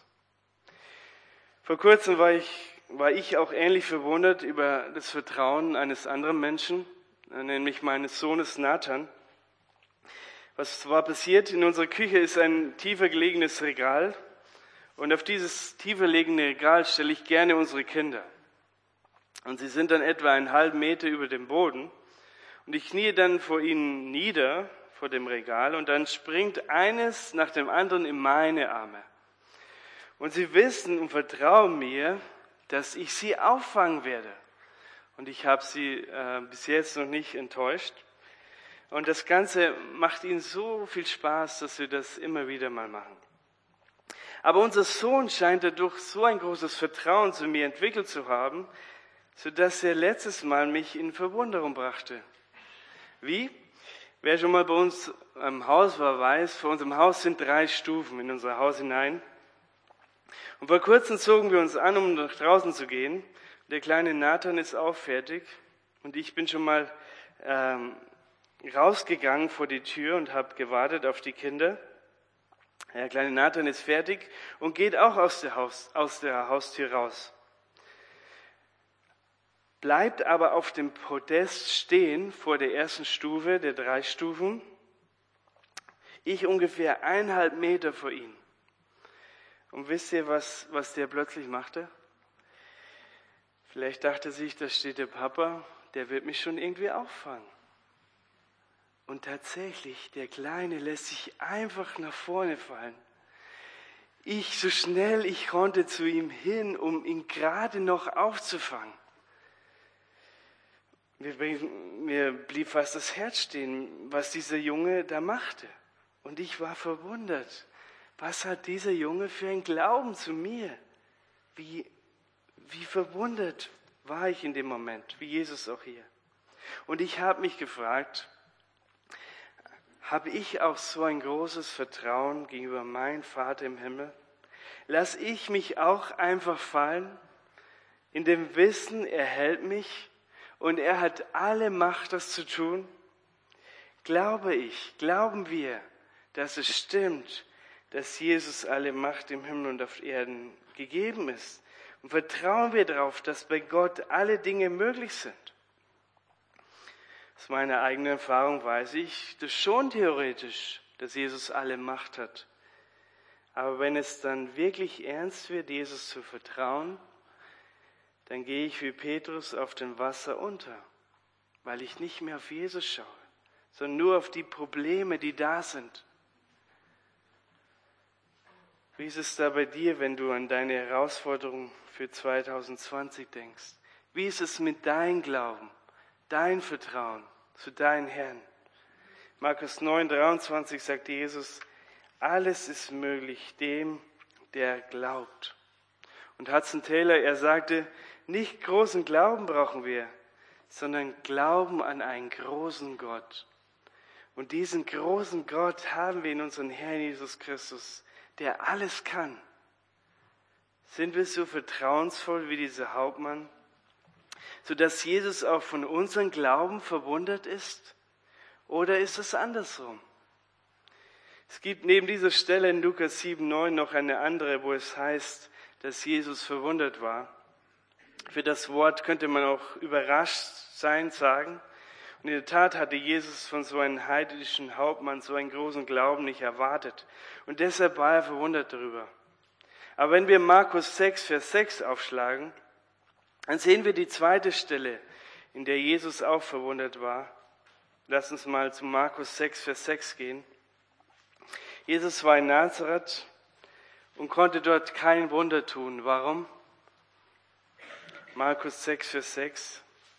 Vor kurzem war ich, war ich auch ähnlich verwundert über das Vertrauen eines anderen Menschen, nämlich meines Sohnes Nathan. Was war passiert? In unserer Küche ist ein tiefer gelegenes Regal, und auf dieses tiefer gelegene Regal stelle ich gerne unsere Kinder. Und sie sind dann etwa einen halben Meter über dem Boden, und ich kniee dann vor ihnen nieder, vor dem Regal und dann springt eines nach dem anderen in meine Arme. Und sie wissen und vertrauen mir, dass ich sie auffangen werde. Und ich habe sie äh, bis jetzt noch nicht enttäuscht. Und das Ganze macht ihnen so viel Spaß, dass wir das immer wieder mal machen. Aber unser Sohn scheint dadurch so ein großes Vertrauen zu mir entwickelt zu haben, sodass er letztes Mal mich in Verwunderung brachte. Wie? Wer schon mal bei uns im Haus war, weiß, vor unserem Haus sind drei Stufen in unser Haus hinein. Und vor kurzem zogen wir uns an, um nach draußen zu gehen. Der kleine Nathan ist auch fertig und ich bin schon mal ähm, rausgegangen vor die Tür und habe gewartet auf die Kinder. Der kleine Nathan ist fertig und geht auch aus der, Haus, aus der Haustür raus. Bleibt aber auf dem Podest stehen vor der ersten Stufe der drei Stufen. Ich ungefähr eineinhalb Meter vor ihm. Und wisst ihr, was, was der plötzlich machte? Vielleicht dachte sich, da steht der Papa, der wird mich schon irgendwie auffangen. Und tatsächlich, der Kleine lässt sich einfach nach vorne fallen. Ich, so schnell ich konnte, zu ihm hin, um ihn gerade noch aufzufangen. Mir, mir blieb fast das Herz stehen, was dieser Junge da machte. Und ich war verwundert. Was hat dieser Junge für einen Glauben zu mir? Wie, wie verwundert war ich in dem Moment, wie Jesus auch hier. Und ich habe mich gefragt, habe ich auch so ein großes Vertrauen gegenüber meinem Vater im Himmel? Lass ich mich auch einfach fallen, in dem Wissen, er hält mich und er hat alle Macht, das zu tun? Glaube ich, glauben wir, dass es stimmt, dass Jesus alle Macht im Himmel und auf Erden gegeben ist? Und vertrauen wir darauf, dass bei Gott alle Dinge möglich sind? Aus meiner eigenen Erfahrung weiß ich, dass schon theoretisch, dass Jesus alle Macht hat. Aber wenn es dann wirklich ernst wird, Jesus zu vertrauen, dann gehe ich wie Petrus auf dem Wasser unter, weil ich nicht mehr auf Jesus schaue, sondern nur auf die Probleme, die da sind. Wie ist es da bei dir, wenn du an deine Herausforderung für zwanzig zwanzig denkst? Wie ist es mit deinem Glauben, dein Vertrauen zu deinem Herrn? Markus neun, dreiundzwanzig sagt Jesus, alles ist möglich dem, der glaubt. Und Hudson Taylor, er sagte, nicht großen Glauben brauchen wir, sondern Glauben an einen großen Gott. Und diesen großen Gott haben wir in unserem Herrn Jesus Christus, der alles kann. Sind wir so vertrauensvoll wie dieser Hauptmann, sodass Jesus auch von unserem Glauben verwundert ist? Oder ist es andersrum? Es gibt neben dieser Stelle in Lukas sieben, neun noch eine andere, wo es heißt, dass Jesus verwundert war. Für das Wort könnte man auch überrascht sein sagen. Und in der Tat hatte Jesus von so einem heidnischen Hauptmann so einen großen Glauben nicht erwartet. Und deshalb war er verwundert darüber. Aber wenn wir Markus sechs, Vers sechs aufschlagen, dann sehen wir die zweite Stelle, in der Jesus auch verwundert war. Lass uns mal zu Markus sechs, Vers sechs gehen. Jesus war in Nazareth und konnte dort kein Wunder tun. Warum? Markus sechs, Vers sechs.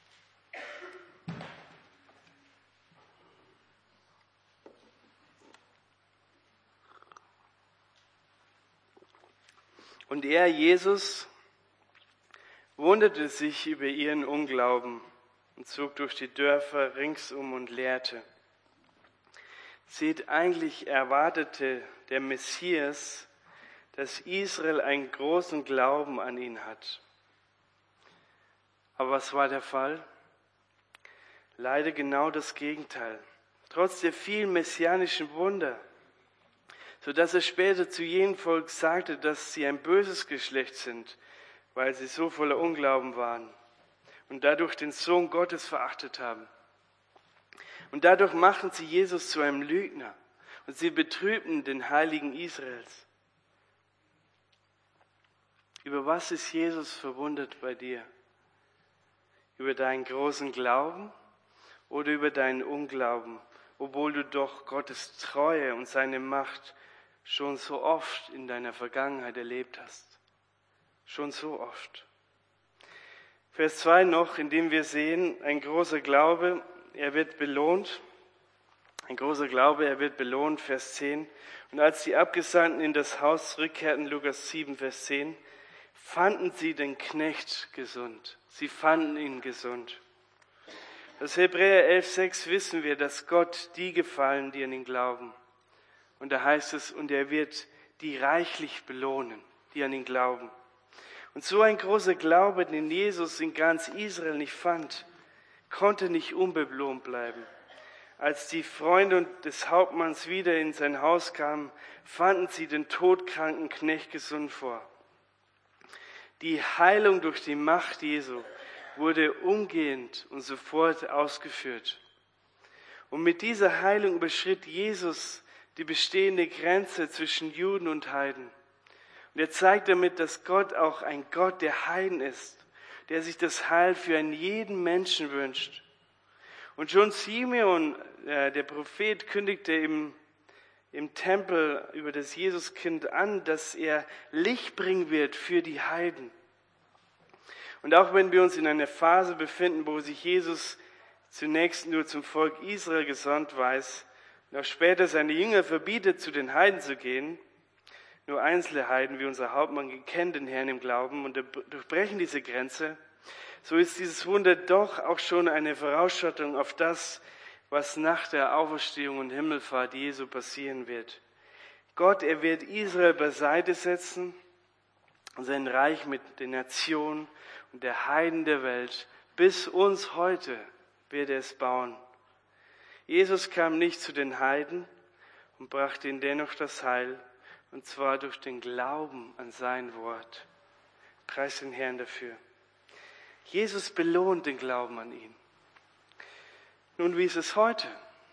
Und er, Jesus, wunderte sich über ihren Unglauben und zog durch die Dörfer ringsum und lehrte. Seht, eigentlich erwartete der Messias, dass Israel einen großen Glauben an ihn hat. Aber was war der Fall? Leider genau das Gegenteil. Trotz der vielen messianischen Wunder, sodass er später zu jenem Volk sagte, dass sie ein böses Geschlecht sind, weil sie so voller Unglauben waren und dadurch den Sohn Gottes verachtet haben. Und dadurch machten sie Jesus zu einem Lügner und sie betrübten den Heiligen Israels. Über was ist Jesus verwundert bei dir? Über deinen großen Glauben oder über deinen Unglauben obwohl du doch Gottes Treue und seine Macht schon so oft in deiner Vergangenheit erlebt hast. Schon so oft. Vers zwei noch, in dem wir sehen, ein großer Glaube, er wird belohnt. Ein großer Glaube, er wird belohnt, Vers zehn. Und als die Abgesandten in das Haus zurückkehrten, Lukas sieben, Vers zehn, fanden sie den Knecht gesund. Sie fanden ihn gesund. Aus Hebräer elf, sechs wissen wir, dass Gott die gefallen, die an ihn glauben. Und da heißt es, und er wird die reichlich belohnen, die an ihn glauben. Und so ein großer Glaube, den Jesus in ganz Israel nicht fand, konnte nicht unbelohnt bleiben. Als die Freunde des Hauptmanns wieder in sein Haus kamen, fanden sie den todkranken Knecht gesund vor. Die Heilung durch die Macht Jesu wurde umgehend und sofort ausgeführt. Und mit dieser Heilung überschritt Jesus die bestehende Grenze zwischen Juden und Heiden. Und er zeigt damit, dass Gott auch ein Gott der Heiden ist, der sich das Heil für einen jeden Menschen wünscht. Und schon Simeon, äh, der Prophet, kündigte im, im Tempel über das Jesuskind an, dass er Licht bringen wird für die Heiden. Und auch wenn wir uns in einer Phase befinden, wo sich Jesus zunächst nur zum Volk Israel gesandt weiß und auch später seine Jünger verbietet, zu den Heiden zu gehen, nur einzelne Heiden wie unser Hauptmann kennen den Herrn im Glauben und durchbrechen diese Grenze, so ist dieses Wunder doch auch schon eine Vorausschattung auf das, was nach der Auferstehung und Himmelfahrt Jesu passieren wird. Gott, er wird Israel beiseite setzen und sein Reich mit den Nationen und der Heiden der Welt bis uns heute wird er es bauen. Jesus kam nicht zu den Heiden und brachte ihnen dennoch das Heil, und zwar durch den Glauben an sein Wort. Preis den Herrn dafür. Jesus belohnt den Glauben an ihn. Nun, wie ist es heute?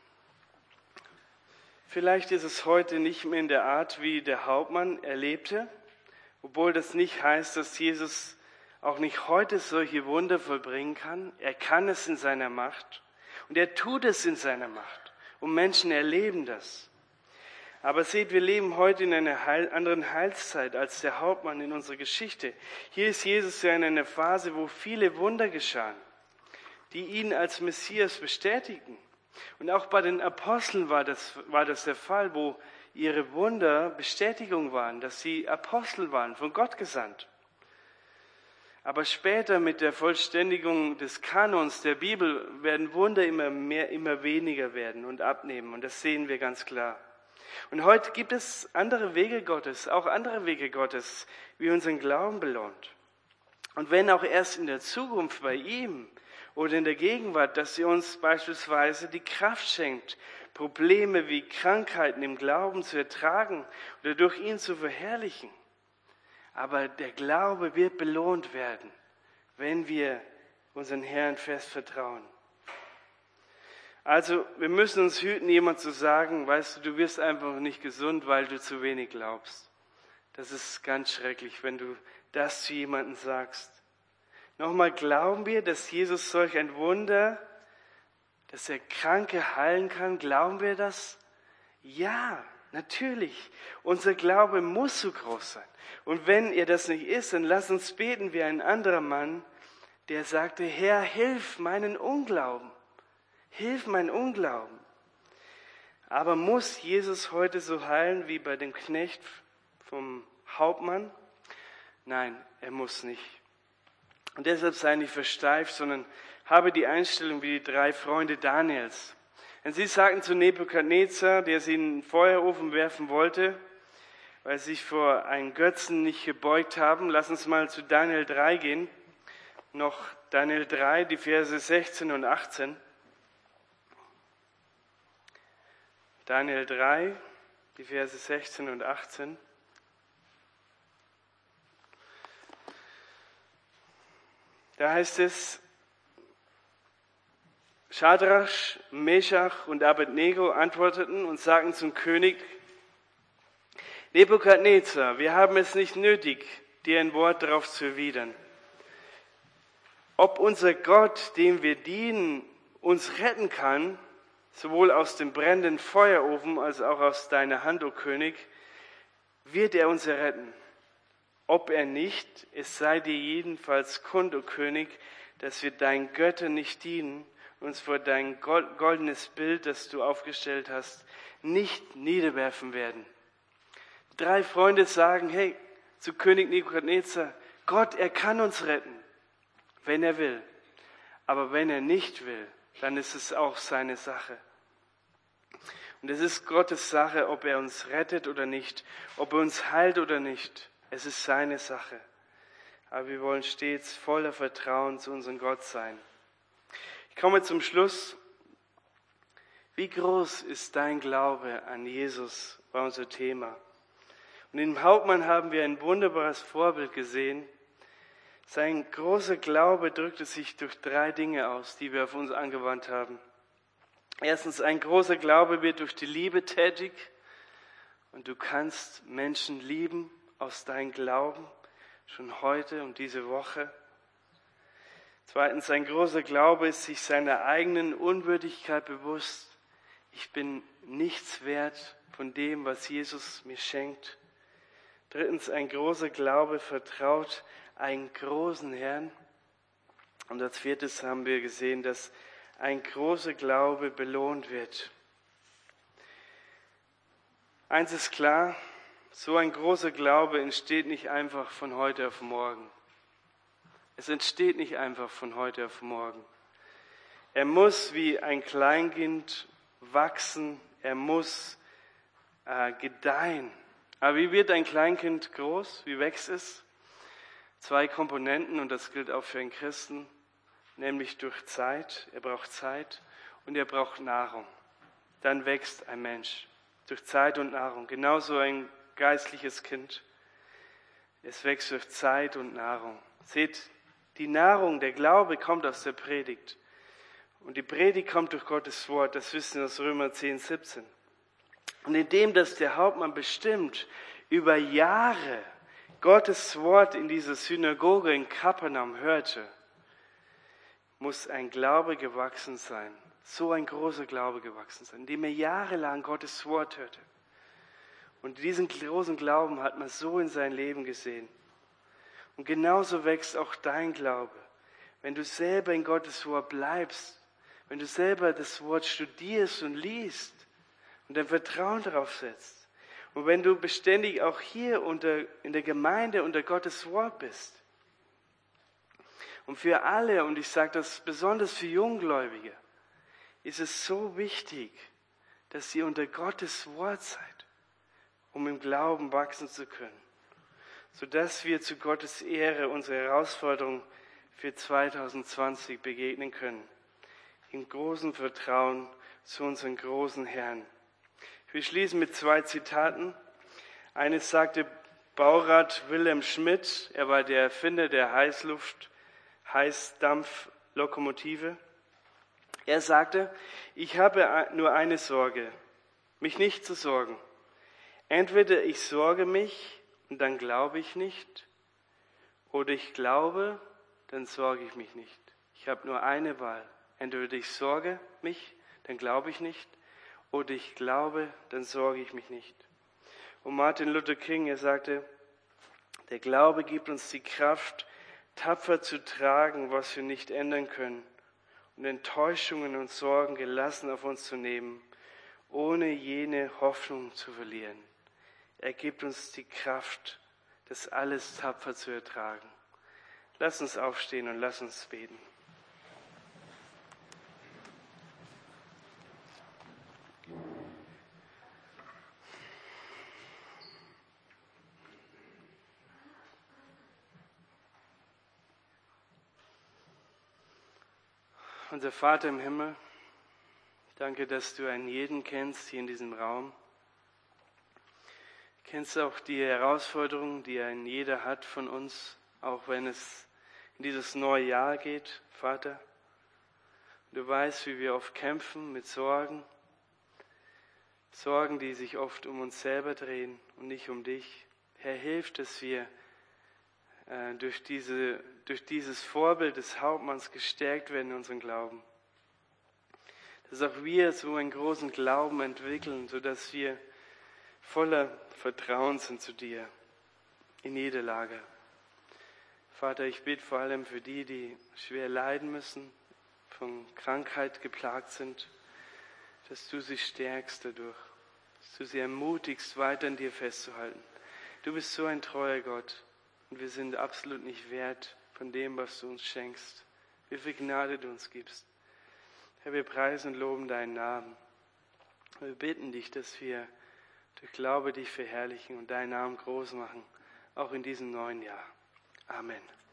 Vielleicht ist es heute nicht mehr in der Art, wie der Hauptmann erlebte, obwohl das nicht heißt, dass Jesus auch nicht heute solche Wunder vollbringen kann. Er kann es in seiner Macht und er tut es in seiner Macht und Menschen erleben das. Aber seht, wir leben heute in einer Heil- anderen Heilszeit als der Hauptmann in unserer Geschichte. Hier ist Jesus ja in einer Phase, wo viele Wunder geschahen, die ihn als Messias bestätigten. Und auch bei den Aposteln war das, war das der Fall, wo ihre Wunder Bestätigung waren, dass sie Apostel waren, von Gott gesandt. Aber später mit der Vollständigung des Kanons der Bibel werden Wunder immer mehr, immer weniger werden und abnehmen. Und das sehen wir ganz klar. Und heute gibt es andere Wege Gottes, auch andere Wege Gottes, wie unseren Glauben belohnt. Und wenn auch erst in der Zukunft bei ihm oder in der Gegenwart, dass sie uns beispielsweise die Kraft schenkt, Probleme wie Krankheiten im Glauben zu ertragen oder durch ihn zu verherrlichen. Aber der Glaube wird belohnt werden, wenn wir unseren Herrn fest vertrauen. Also, wir müssen uns hüten, jemand zu sagen, weißt du, du wirst einfach nicht gesund, weil du zu wenig glaubst. Das ist ganz schrecklich, wenn du das zu jemandem sagst. Nochmal, glauben wir, dass Jesus solch ein Wunder, dass er Kranke heilen kann? Glauben wir das? Ja, natürlich. Unser Glaube muss so groß sein. Und wenn er das nicht ist, dann lass uns beten wie ein anderer Mann, der sagte, Herr, hilf meinen Unglauben. Hilf mein Unglauben. Aber muss Jesus heute so heilen wie bei dem Knecht vom Hauptmann? Nein, er muss nicht. Und deshalb sei nicht versteift, sondern habe die Einstellung wie die drei Freunde Daniels. Denn sie sagten zu Nebukadnezar, der sie in den Feuerofen werfen wollte, weil sie sich vor einen Götzen nicht gebeugt haben. Lass uns mal zu Daniel drei gehen. Noch Daniel drei, die Verse sechzehn und achtzehn. Daniel drei, die Verse sechzehn und achtzehn. Da heißt es, Schadrach, Meschach und Abednego antworteten und sagten zum König, Nebukadnezar, wir haben es nicht nötig, dir ein Wort darauf zu erwidern. Ob unser Gott, dem wir dienen, uns retten kann, sowohl aus dem brennenden Feuerofen als auch aus deiner Hand, o König, wird er uns erretten. Ob er nicht, es sei dir jedenfalls kund, o König, dass wir deinen Göttern nicht dienen, uns vor dein goldenes Bild, das du aufgestellt hast, nicht niederwerfen werden. Drei Freunde sagen, hey, zu König Nebukadnezar, Gott, er kann uns retten, wenn er will. Aber wenn er nicht will, dann ist es auch seine Sache. Und es ist Gottes Sache, ob er uns rettet oder nicht, ob er uns heilt oder nicht. Es ist seine Sache. Aber wir wollen stets voller Vertrauen zu unserem Gott sein. Ich komme zum Schluss. Wie groß ist dein Glaube an Jesus, war unser Thema. Und im Hauptmann haben wir ein wunderbares Vorbild gesehen. Sein großer Glaube drückte sich durch drei Dinge aus, die wir auf uns angewandt haben. Erstens, ein großer Glaube wird durch die Liebe tätig. Und du kannst Menschen lieben aus deinem Glauben, schon heute und diese Woche. Zweitens, ein großer Glaube ist sich seiner eigenen Unwürdigkeit bewusst. Ich bin nichts wert von dem, was Jesus mir schenkt. Drittens, ein großer Glaube vertraut einen großen Herrn. Und als viertes haben wir gesehen, dass ein großer Glaube belohnt wird. Eins ist klar, so ein großer Glaube entsteht nicht einfach von heute auf morgen. Es entsteht nicht einfach von heute auf morgen. Er muss wie ein Kleinkind wachsen, er muss äh, gedeihen. Aber wie wird ein Kleinkind groß? Wie wächst es? Zwei Komponenten, und das gilt auch für einen Christen, nämlich durch Zeit. Er braucht Zeit und er braucht Nahrung. Dann wächst ein Mensch durch Zeit und Nahrung. Genauso ein geistliches Kind. Es wächst durch Zeit und Nahrung. Seht, die Nahrung, der Glaube kommt aus der Predigt. Und die Predigt kommt durch Gottes Wort. Das wissen wir aus Römer zehn, siebzehn. Und indem das der Hauptmann bestimmt, über Jahre Gottes Wort in dieser Synagoge in Kapernaum hörte, muss ein Glaube gewachsen sein, so ein großer Glaube gewachsen sein, indem er jahrelang Gottes Wort hörte. Und diesen großen Glauben hat man so in sein Leben gesehen. Und genauso wächst auch dein Glaube. Wenn du selber in Gottes Wort bleibst, wenn du selber das Wort studierst und liest und dein Vertrauen darauf setzt, und wenn du beständig auch hier unter, in der Gemeinde unter Gottes Wort bist, und für alle, und ich sage das besonders für Junggläubige, ist es so wichtig, dass ihr unter Gottes Wort seid, um im Glauben wachsen zu können, sodass wir zu Gottes Ehre unsere Herausforderung für zwanzig zwanzig begegnen können, in großem Vertrauen zu unserem großen Herrn. Wir schließen mit zwei Zitaten. Eines sagte Baurat Wilhelm Schmidt, er war der Erfinder der Heißluft, Heißdampflokomotive. Er sagte, ich habe nur eine Sorge, mich nicht zu sorgen. Entweder ich sorge mich und dann glaube ich nicht, oder ich glaube, dann sorge ich mich nicht. Ich habe nur eine Wahl. Entweder ich sorge mich, dann glaube ich nicht, oder ich glaube, dann sorge ich mich nicht. Und Martin Luther King, er sagte, der Glaube gibt uns die Kraft, tapfer zu tragen, was wir nicht ändern können, und Enttäuschungen und Sorgen gelassen auf uns zu nehmen, ohne jene Hoffnung zu verlieren. Er gibt uns die Kraft, das alles tapfer zu ertragen. Lass uns aufstehen und lass uns beten. Unser Vater im Himmel, danke, dass du einen jeden kennst hier in diesem Raum. Du kennst auch die Herausforderungen, die ein jeder hat von uns, auch wenn es in dieses neue Jahr geht, Vater. Du weißt, wie wir oft kämpfen mit Sorgen, Sorgen, die sich oft um uns selber drehen und nicht um dich. Herr, hilf, dass wir äh, durch, diese, durch dieses Vorbild des Hauptmanns gestärkt werden in unserem Glauben. dass auch wir so einen großen Glauben entwickeln, sodass wir voller Vertrauen sind zu dir in jeder Lage. Vater, ich bete vor allem für die, die schwer leiden müssen, von Krankheit geplagt sind, dass du sie stärkst dadurch, dass du sie ermutigst, weiter an dir festzuhalten. Du bist so ein treuer Gott und wir sind absolut nicht wert von dem, was du uns schenkst, wie viel Gnade du uns gibst. Herr, wir preisen und loben deinen Namen. Wir bitten dich, dass wir durch Glaube dich verherrlichen und deinen Namen groß machen, auch in diesem neuen Jahr. Amen.